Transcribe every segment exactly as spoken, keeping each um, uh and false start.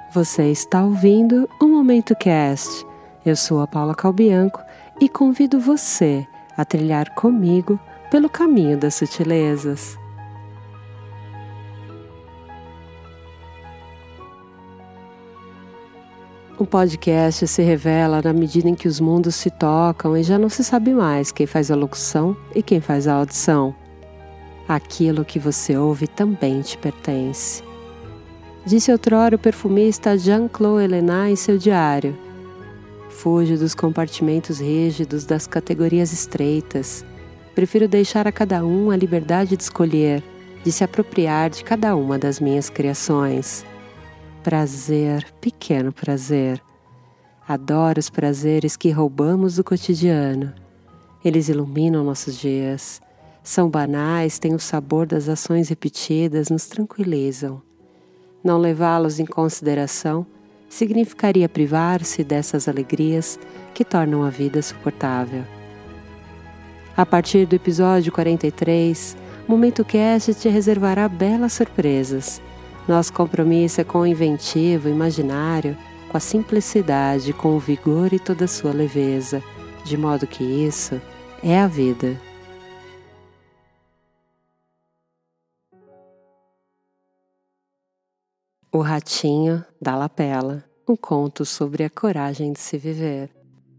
Você está ouvindo o Momento Cast. Eu sou a Paula Calbianco e convido você a trilhar comigo pelo caminho das sutilezas. O podcast se revela na medida em que os mundos se tocam e já não se sabe mais quem faz a locução e quem faz a audição. Aquilo que você ouve também te pertence. Disse outrora o perfumista Jean-Claude Ellena em seu diário: fujo dos compartimentos rígidos das categorias estreitas. Prefiro deixar a cada um a liberdade de escolher, de se apropriar de cada uma das minhas criações. Prazer, pequeno prazer. Adoro os prazeres que roubamos do cotidiano. Eles iluminam nossos dias. São banais, têm o sabor das ações repetidas, nos tranquilizam. Não levá-los em consideração significaria privar-se dessas alegrias que tornam a vida suportável. A partir do episódio quarenta e três, Momento Cast te reservará belas surpresas. Nosso compromisso é com o inventivo, imaginário, com a simplicidade, com o vigor e toda a sua leveza, de modo que isso é a vida. O Ratinho da Lapela, um conto sobre a coragem de se viver.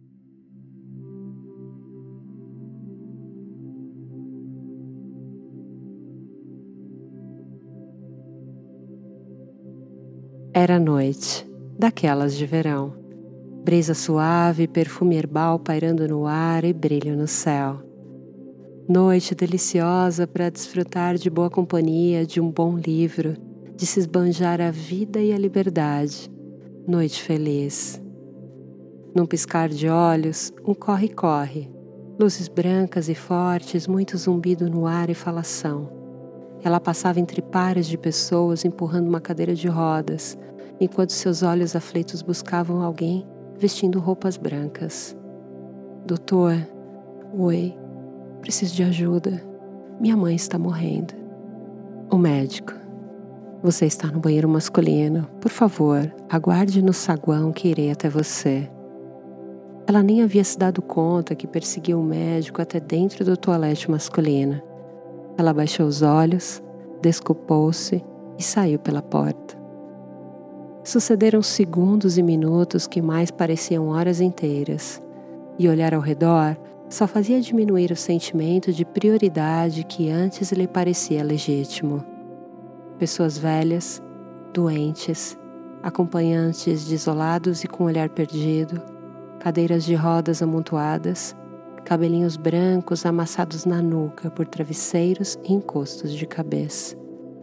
Era noite, daquelas de verão. Brisa suave, perfume herbal pairando no ar e brilho no céu. Noite deliciosa para desfrutar de boa companhia, de um bom livro, de se esbanjar a vida e a liberdade. Noite feliz. Num piscar de olhos, um corre-corre. Luzes brancas e fortes, muito zumbido no ar e falação. Ela passava entre pares de pessoas empurrando uma cadeira de rodas, enquanto seus olhos aflitos buscavam alguém vestindo roupas brancas. Doutor, oi, preciso de ajuda. Minha mãe está morrendo. O médico. Você está no banheiro masculino. Por favor, aguarde no saguão que irei até você. Ela nem havia se dado conta que perseguia o médico até dentro do toalete masculino. Ela baixou os olhos, desculpou-se e saiu pela porta. Sucederam segundos e minutos que mais pareciam horas inteiras, e olhar ao redor só fazia diminuir o sentimento de prioridade que antes lhe parecia legítimo. Pessoas velhas, doentes, acompanhantes desolados e com o olhar perdido, cadeiras de rodas amontoadas, cabelinhos brancos amassados na nuca por travesseiros e encostos de cabeça.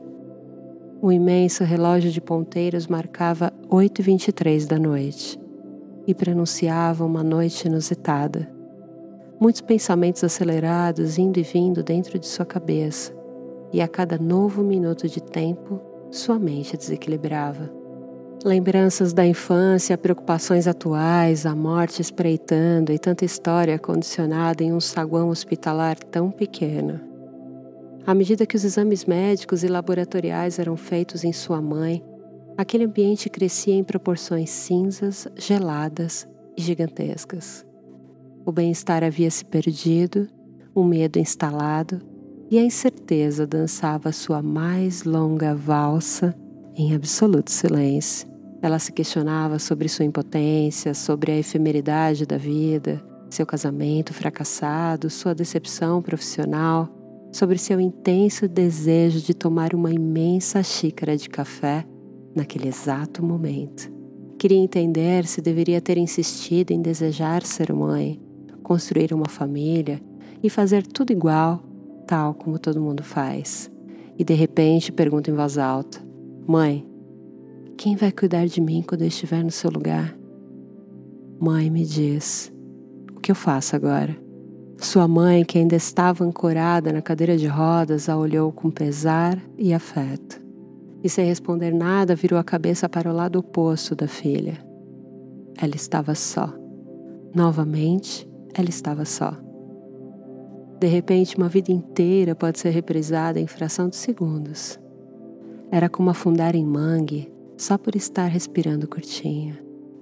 O imenso relógio de ponteiros marcava oito e vinte e três da noite e pronunciava uma noite inusitada. Muitos pensamentos acelerados indo e vindo dentro de sua cabeça, e a cada novo minuto de tempo, sua mente desequilibrava. Lembranças da infância, preocupações atuais, a morte espreitando e tanta história condicionada em um saguão hospitalar tão pequeno. À medida que os exames médicos e laboratoriais eram feitos em sua mãe, aquele ambiente crescia em proporções cinzas, geladas e gigantescas. O bem-estar havia se perdido, o medo instalado e a incerteza dançava sua mais longa valsa em absoluto silêncio. Ela se questionava sobre sua impotência, sobre a efemeridade da vida, seu casamento fracassado, sua decepção profissional, sobre seu intenso desejo de tomar uma imensa xícara de café naquele exato momento. Queria entender se deveria ter insistido em desejar ser mãe, construir uma família e fazer tudo igual, tal como todo mundo faz. E de repente pergunta em voz alta: mãe, quem vai cuidar de mim quando eu estiver no seu lugar? Mãe, me diz, o que eu faço agora? Sua mãe, que ainda estava ancorada na cadeira de rodas, a olhou com pesar e afeto. E sem responder nada, virou a cabeça para o lado oposto da filha. Ela estava só. Novamente, ela estava só. De repente, uma vida inteira pode ser reprisada em fração de segundos. Era como afundar em mangue, só por estar respirando curtinho.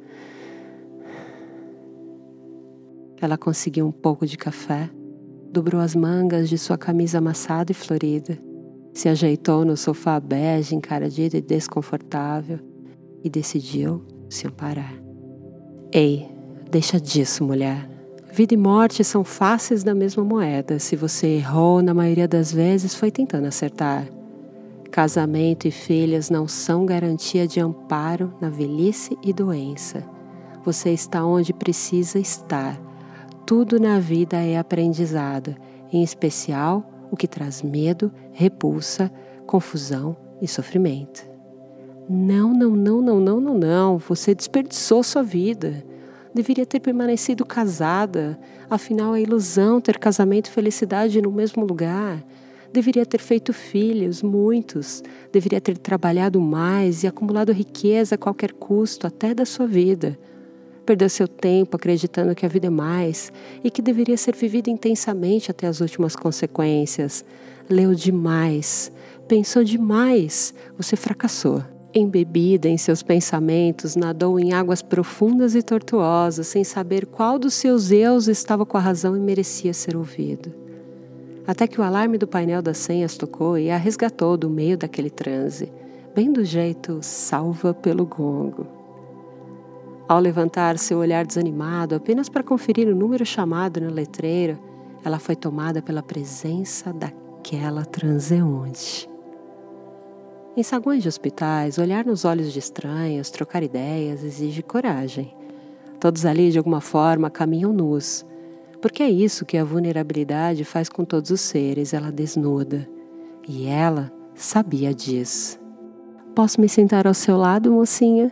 Ela conseguiu um pouco de café, dobrou as mangas de sua camisa amassada e florida, se ajeitou no sofá bege encardido e desconfortável e decidiu se amparar. Ei, deixa disso, mulher. Vida e morte são faces da mesma moeda. Se você errou, na maioria das vezes foi tentando acertar. Casamento e filhas não são garantia de amparo na velhice e doença. Você está onde precisa estar. Tudo na vida é aprendizado, em especial o que traz medo, repulsa, confusão e sofrimento. Não, não, não, não, não, não, não. Você desperdiçou sua vida. Deveria ter permanecido casada. Afinal, é ilusão ter casamento e felicidade no mesmo lugar. Deveria ter feito filhos, muitos. Deveria ter trabalhado mais e acumulado riqueza a qualquer custo, até da sua vida. Perdeu seu tempo acreditando que a vida é mais e que deveria ser vivida intensamente até as últimas consequências. Leu demais, pensou demais, você fracassou. Embebida em seus pensamentos, nadou em águas profundas e tortuosas, sem saber qual dos seus eus estava com a razão e merecia ser ouvido. Até que o alarme do painel das senhas tocou e a resgatou do meio daquele transe, bem do jeito salva pelo gongo. Ao levantar seu olhar desanimado, apenas para conferir o número chamado no letreiro, ela foi tomada pela presença daquela transeunte. Em saguões de hospitais, olhar nos olhos de estranhos, trocar ideias, exige coragem. Todos ali, de alguma forma, caminham nus, porque é isso que a vulnerabilidade faz com todos os seres, ela desnuda. E ela sabia disso. Posso me sentar ao seu lado, mocinha?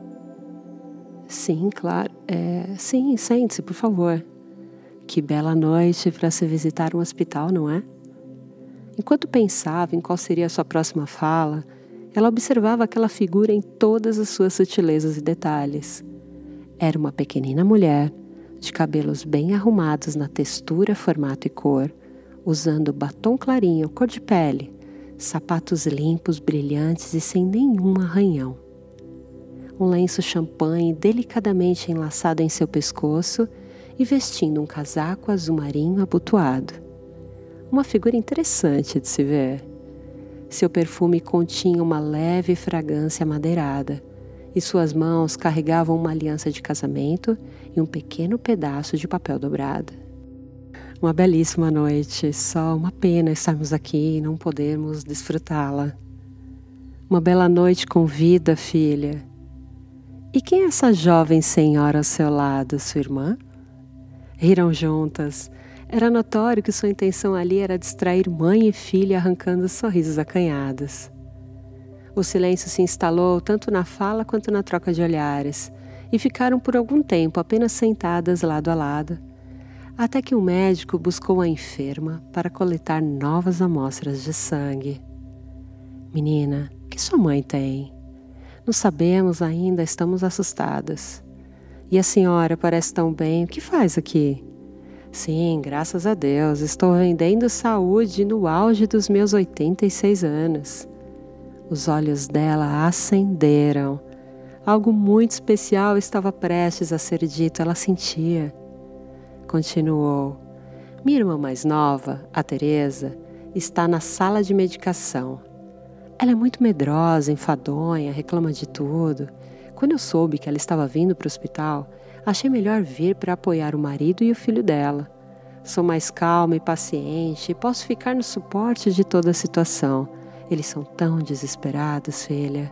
Sim, claro. É, sim, sente-se, por favor. Que bela noite para se visitar um hospital, não é? Enquanto pensava em qual seria a sua próxima fala, ela observava aquela figura em todas as suas sutilezas e detalhes. Era uma pequenina mulher, de cabelos bem arrumados na textura, formato e cor, usando batom clarinho, cor de pele, sapatos limpos, brilhantes e sem nenhum arranhão. Um lenço champanhe delicadamente enlaçado em seu pescoço e vestindo um casaco azul marinho abotoado. Uma figura interessante de se ver. Seu perfume continha uma leve fragrância amadeirada e suas mãos carregavam uma aliança de casamento e um pequeno pedaço de papel dobrado. Uma belíssima noite, só uma pena estarmos aqui e não podermos desfrutá-la. Uma bela noite com vida, filha. E quem é essa jovem senhora ao seu lado, sua irmã? Riram juntas. Era notório que sua intenção ali era distrair mãe e filha arrancando sorrisos acanhados. O silêncio se instalou tanto na fala quanto na troca de olhares, e ficaram por algum tempo apenas sentadas lado a lado, até que o médico buscou a enferma para coletar novas amostras de sangue. Menina, o que sua mãe tem? Não sabemos ainda, estamos assustadas. E a senhora parece tão bem, o que faz aqui? Sim, graças a Deus, estou vendendo saúde no auge dos meus oitenta e seis anos. Os olhos dela acenderam. Algo muito especial estava prestes a ser dito, ela sentia. Continuou. Minha irmã mais nova, a Teresa, está na sala de medicação. Ela é muito medrosa, enfadonha, reclama de tudo. Quando eu soube que ela estava vindo para o hospital, achei melhor vir para apoiar o marido e o filho dela. Sou mais calma e paciente e posso ficar no suporte de toda a situação. Eles são tão desesperados, filha.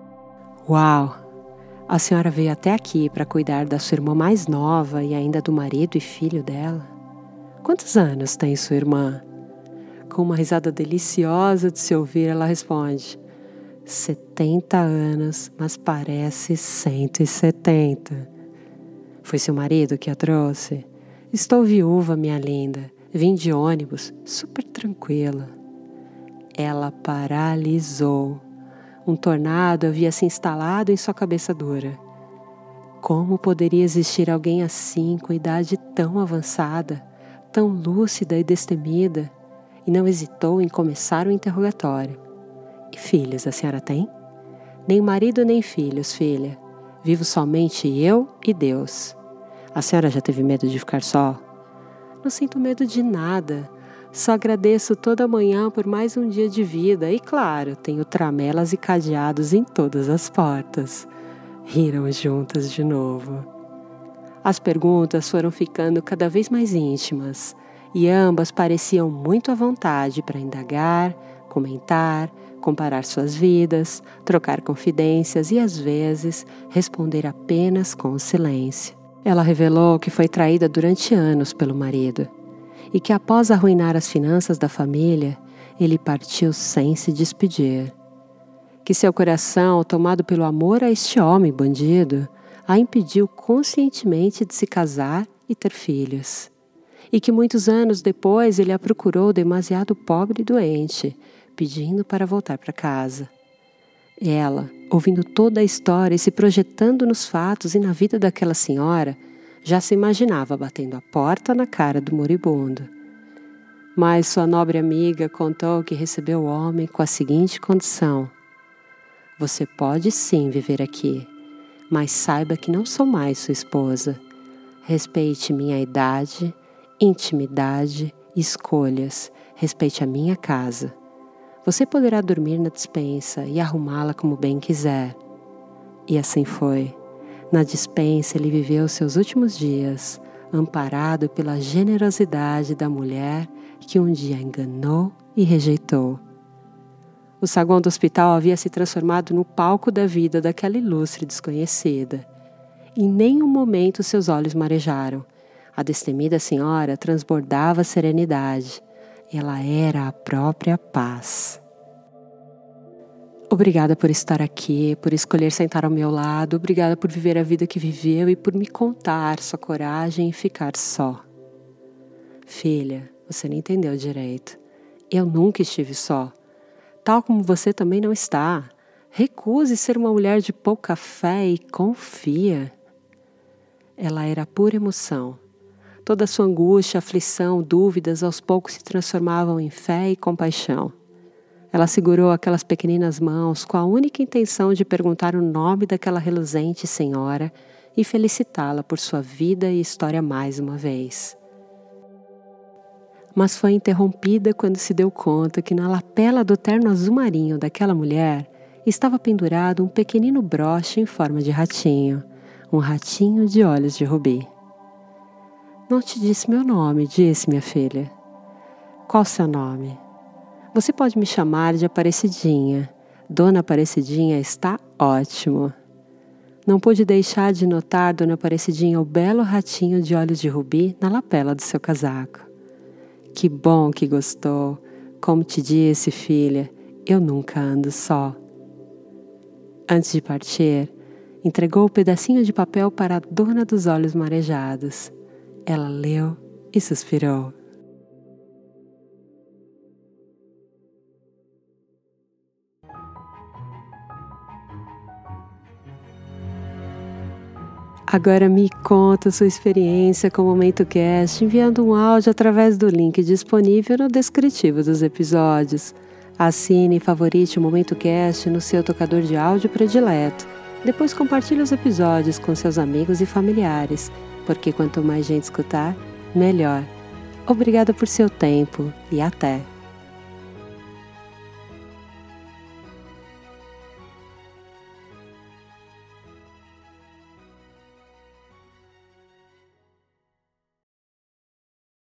Uau! A senhora veio até aqui para cuidar da sua irmã mais nova e ainda do marido e filho dela? Quantos anos tem sua irmã? Com uma risada deliciosa de se ouvir, ela responde: setenta anos, mas parece cento e setenta. Foi seu marido que a trouxe? Estou viúva, minha linda. Vim de ônibus, super tranquila. Ela paralisou. Um tornado havia se instalado em sua cabeça dura. Como poderia existir alguém assim, com idade tão avançada, tão lúcida e destemida? E não hesitou em começar o interrogatório. E filhos a senhora tem? Nem marido nem filhos, filha. Vivo somente eu e Deus. A senhora já teve medo de ficar só? Não sinto medo de nada. Só agradeço toda manhã por mais um dia de vida e, claro, tenho tramelas e cadeados em todas as portas. Riram juntas de novo. As perguntas foram ficando cada vez mais íntimas e ambas pareciam muito à vontade para indagar, comentar, comparar suas vidas, trocar confidências e, às vezes, responder apenas com o silêncio. Ela revelou que foi traída durante anos pelo marido e que, após arruinar as finanças da família, ele partiu sem se despedir. Que seu coração, tomado pelo amor a este homem bandido, a impediu conscientemente de se casar e ter filhos. E que muitos anos depois ele a procurou demasiado pobre e doente, pedindo para voltar para casa. Ela, ouvindo toda a história e se projetando nos fatos e na vida daquela senhora, já se imaginava batendo a porta na cara do moribundo. Mas sua nobre amiga contou que recebeu o homem com a seguinte condição: você pode sim viver aqui, mas saiba que não sou mais sua esposa. Respeite minha idade, intimidade e escolhas. Respeite a minha casa. Você poderá dormir na despensa e arrumá-la como bem quiser. E assim foi. Na despensa ele viveu seus últimos dias, amparado pela generosidade da mulher que um dia enganou e rejeitou. O saguão do hospital havia se transformado no palco da vida daquela ilustre desconhecida. Em nenhum momento seus olhos marejaram. A destemida senhora transbordava serenidade. Ela era a própria paz. Obrigada por estar aqui, por escolher sentar ao meu lado. Obrigada por viver a vida que viveu e por me contar sua coragem em ficar só. Filha, você não entendeu direito. Eu nunca estive só. Tal como você também não está. Recuse ser uma mulher de pouca fé e confia. Ela era pura emoção. Toda sua angústia, aflição, dúvidas aos poucos se transformavam em fé e compaixão. Ela segurou aquelas pequeninas mãos com a única intenção de perguntar o nome daquela reluzente senhora e felicitá-la por sua vida e história mais uma vez. Mas foi interrompida quando se deu conta que na lapela do terno azul marinho daquela mulher estava pendurado um pequenino broche em forma de ratinho, um ratinho de olhos de rubi. Não te disse meu nome, disse minha filha. Qual seu nome? Você pode me chamar de Aparecidinha. Dona Aparecidinha está ótimo. Não pude deixar de notar, Dona Aparecidinha, o belo ratinho de olhos de rubi na lapela do seu casaco. Que bom que gostou. Como te disse, filha, eu nunca ando só. Antes de partir, entregou o pedacinho de papel para a dona dos olhos marejados. Ela leu e suspirou. Agora me conta sua experiência com o Momento Cast enviando um áudio através do link disponível no descritivo dos episódios. Assine e favorite o Momento Cast no seu tocador de áudio predileto. Depois compartilhe os episódios com seus amigos e familiares, porque quanto mais gente escutar, melhor. Obrigada por seu tempo e até!